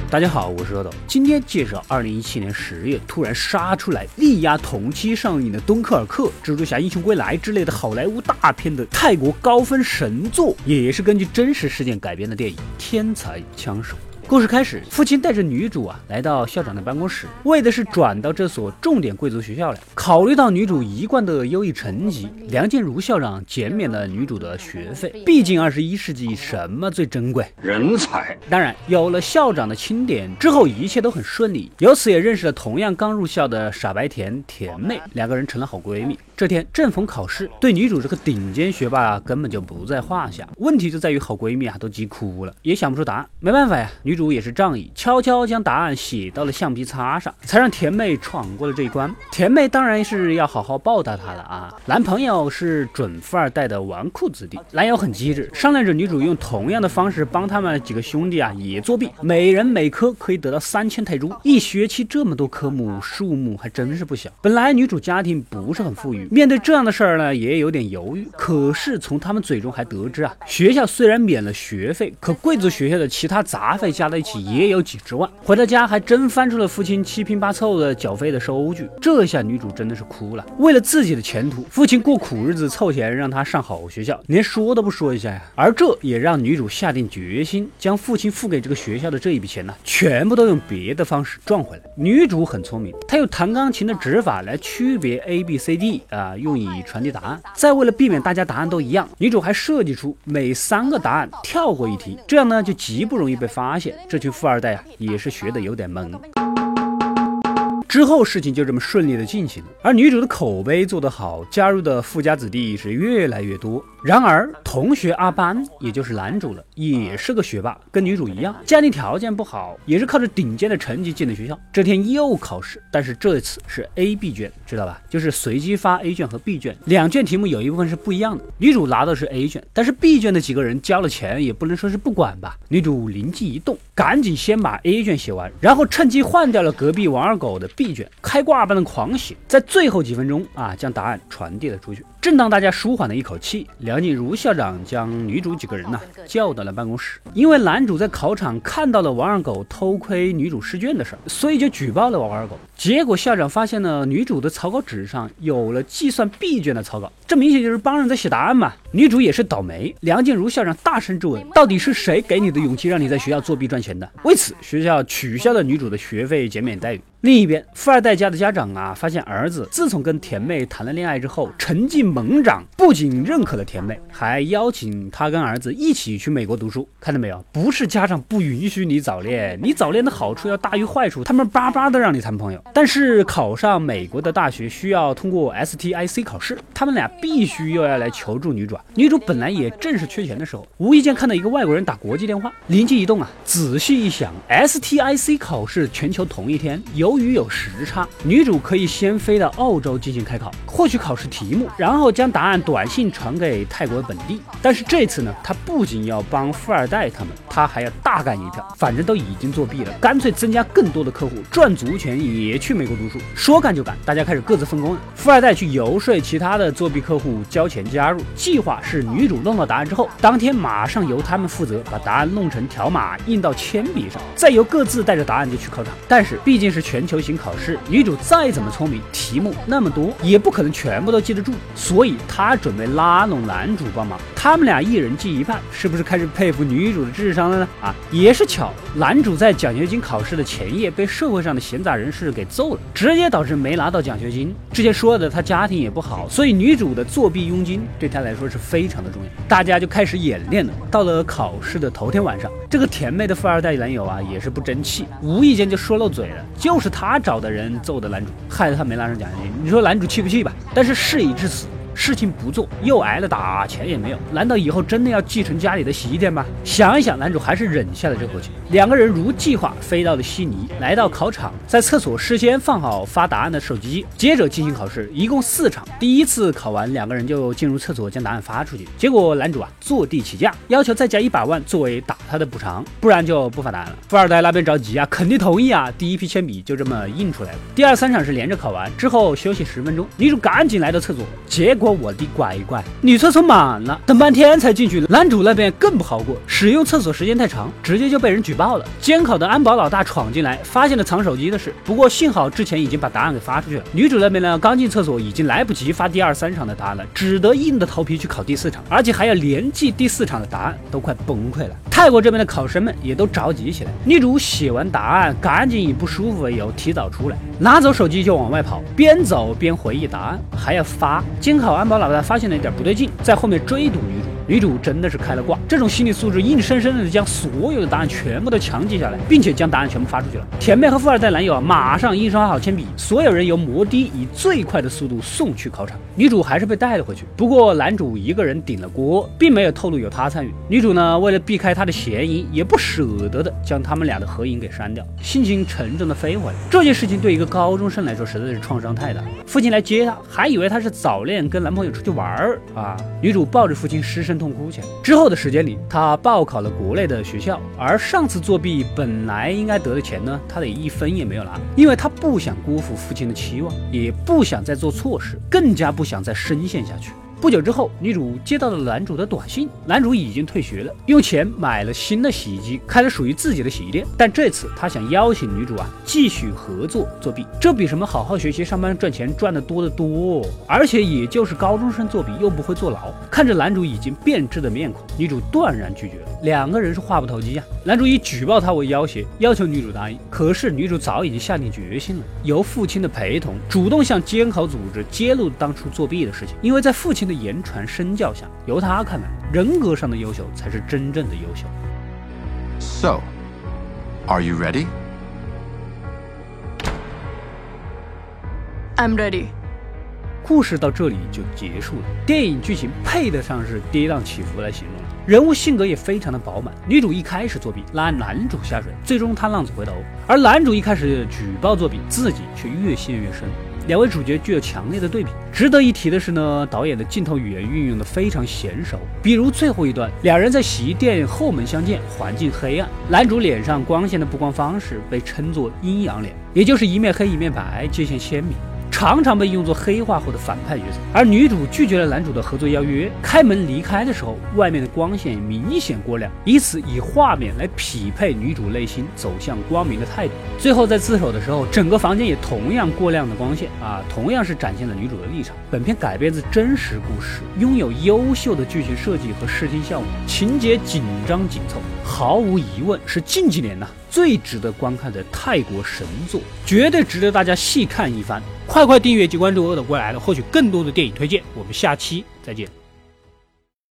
大家好，我是阿斗，今天介绍2017年10月突然杀出来力压同期上映的《敦刻尔克》《蜘蛛侠：英雄归来》之类的好莱坞大片的泰国高分神作，也是根据真实事件改编的电影《天才枪手》。故事开始，父亲带着女主来到校长的办公室，为的是转到这所重点贵族学校来。考虑到女主一贯的优异成绩，梁建茹校长减免了女主的学费。毕竟21世纪什么最珍贵？ 人才。 当然，有了校长的钦点之后，一切都很顺利。由此也认识了同样刚入校的傻白甜妹，两个人成了好闺蜜。这天正逢考试，对女主这个顶尖学霸根本就不在话下。问题就在于好闺蜜都急哭了，也想不出答案。没办法呀，女主也是仗义，悄悄将答案写到了橡皮擦上，才让甜妹闯过了这一关。甜妹当然是要好好报答她了啊！男朋友是准富二代的纨绔子弟，男友很机智，商量着女主用同样的方式帮他们几个兄弟也作弊，每人每科可以得到3000泰铢，一学期这么多科目，数目还真是不小。本来女主家庭不是很富裕，面对这样的事儿呢，也有点犹豫。可是从他们嘴中还得知学校虽然免了学费，可贵族学校的其他杂费加在一起也有几十万。回到家还真翻出了父亲七拼八凑的缴费的收据，这下女主真的是哭了。为了自己的前途，父亲过苦日子凑钱让她上好学校，连说都不说一下呀。而这也让女主下定决心，将父亲付给这个学校的这一笔钱全部都用别的方式赚回来。女主很聪明，她用弹钢琴的指法来区别 A、B、C、D 用以传递答案。再为了避免大家答案都一样，女主还设计出每3个答案跳过一题，这样呢就极不容易被发现。这群富二代也是学得有点懵。之后事情就这么顺利的进行了，而女主的口碑做得好，加入的富家子弟是越来越多。然而同学阿班，也就是男主了，也是个学霸，跟女主一样，家庭条件不好，也是靠着顶尖的成绩进的学校。这天又考试，但是这次是 A、B 卷，知道吧？就是随机发 A 卷和 B 卷，两卷题目有一部分是不一样的。女主拿到是 A 卷，但是 B 卷的几个人交了钱，也不能说是不管吧。女主灵机一动，赶紧先把 A 卷写完，然后趁机换掉了隔壁王二狗的 B 卷，开挂般的狂写，在最后几分钟将答案传递了出去。正当大家舒缓了一口气，梁静茹校长将女主几个人叫到了办公室，因为男主在考场看到了王二狗偷窥女主试卷的事儿，所以就举报了王二狗。结果校长发现了女主的草稿纸上有了计算 B 卷的草稿，这明显就是帮人在写答案嘛。女主也是倒霉，梁静茹校长大声质问，到底是谁给你的勇气让你在学校作弊赚钱的？为此学校取消了女主的学费减免待遇。另一边，富二代家的家长发现儿子自从跟甜妹谈了恋爱之后，成绩猛涨，不仅认可了甜妹，还邀请他跟儿子一起去美国读书。看到没有？不是家长不允许你早恋，你早恋的好处要大于坏处，他们巴巴的让你谈朋友。但是考上美国的大学需要通过 STIC 考试，他们俩必须又要来求助女主。女主本来也正是缺钱的时候，无意间看到一个外国人打国际电话，灵机一动仔细一想 ，STIC 考试全球同一天，由于有时差，女主可以先飞到澳洲进行开考，获取考试题目，然后将答案短信传给泰国本地。但是这次她不仅要帮富二代他们，她还要大干一票，反正都已经作弊了，干脆增加更多的客户，赚足钱也去美国读书。说干就干，大家开始各自分工了。富二代去游说其他的作弊客户交钱加入，计划是女主弄到答案之后，当天马上由他们负责把答案弄成条码印到铅笔上，再由各自带着答案就去考场。但是毕竟是全球型考试，女主再怎么聪明，题目那么多，也不可能全部都记得住，所以她准备拉拢男主帮忙，他们俩一人记一半。是不是开始佩服女主的智商了呢？也是巧，男主在奖学金考试的前夜被社会上的闲杂人士给揍了，直接导致没拿到奖学金。之前说的他家庭也不好，所以女主的作弊佣金对他来说是非常的重要。大家就开始演练了。到了考试的头天晚上，这个甜妹的富二代男友也是不争气，无意间就说漏嘴了，就是他找的人揍的男主，害得他没拿上奖学金。你说男主气不气吧？但是事已至此，事情不做，又挨了打，钱也没有，难道以后真的要继承家里的洗衣店吗？想一想，男主还是忍下了这口气。两个人如计划飞到了悉尼，来到考场，在厕所事先放好发答案的手机，接着进行考试，一共4场。第一次考完，两个人就进入厕所将答案发出去。结果男主坐地起价，要求再加100万作为打他的补偿，不然就不发答案了。富二代那边着急肯定同意第一批铅笔就这么印出来了。第2、3场是连着考完之后休息10分钟，女主赶紧来到厕所，结果会我的乖乖，女厕所满了，等半天才进去。男主那边更不好过，使用厕所时间太长，直接就被人举报了。监考的安保老大闯进来，发现了藏手机的事，不过幸好之前已经把答案给发出去了。女主那边呢，刚进厕所已经来不及发第2、3场的答案了，只得硬着头皮去考第4场，而且还要连记第4场的答案，都快崩溃了。泰国这边的考生们也都着急起来。女主写完答案，赶紧以不舒服为由提早出来，拿走手机就往外跑，边走边回忆答案，还要发。监考安保老大发现了一点不对劲，在后面追堵女主。女主真的是开了挂，这种心理素质硬生生的将所有的答案全部都强记下来，并且将答案全部发出去了。甜妹和富二代男友啊，马上印刷好铅笔，所有人由摩的以最快的速度送去考场。女主还是被带了回去，不过男主一个人顶了锅，并没有透露有他参与。女主呢，为了避开他的嫌疑，也不舍得的将他们俩的合影给删掉，心情沉重的飞回来。这件事情对一个高中生来说实在是创伤太大。父亲来接她，还以为她是早恋跟男朋友出去玩啊。女主抱着父亲失声痛哭起来。之后的时间里，她报考了国内的学校，而上次作弊本来应该得的钱呢，她得1分也没有拿，因为她不想辜负父亲的期望，也不想再做错事，更加不想再深陷下去。不久之后，女主接到了男主的短信，男主已经退学了，用钱买了新的洗衣机，开了属于自己的洗衣店。但这次他想邀请女主继续合作作弊，这比什么好好学习上班赚钱赚得多得多，而且也就是高中生作弊又不会坐牢。看着男主已经变质的面孔，女主断然拒绝了，两个人是话不投机啊。男主以举报他为要挟，要求女主答应，可是女主早已经下定决心了，由父亲的陪同，主动向监考组织揭露当初作弊的事情。因为在父亲的言传身教下，由他看来，人格上的优秀才是真正的优秀。 So, are you ready? I'm ready. 故事到这里就结束了。电影剧情配得上是跌宕起伏来形容了，人物性格也非常的饱满。女主一开始作弊拉男主下水，最终他浪子回头，而男主一开始举报作弊，自己却越陷越深。两位主角具有强烈的对比。值得一提的是呢，导演的镜头语言运用的非常娴熟，比如最后一段，两人在洗衣店后门相见，环境黑暗，男主脸上光线的布光方式被称作阴阳脸，也就是一面黑一面白，界限鲜明，常常被用作黑化后的反派角色。而女主拒绝了男主的合作邀约，开门离开的时候，外面的光线明显过亮，以此以画面来匹配女主内心走向光明的态度。最后在自首的时候，整个房间也同样过亮的光线同样是展现了女主的立场。本片改编自真实故事，拥有优秀的剧情设计和视听效果，情节紧张紧凑，毫无疑问是近几年最值得观看的泰国神作，绝对值得大家细看一番。快订阅及关注恶的归来了，获取更多的电影推荐。我们下期再见。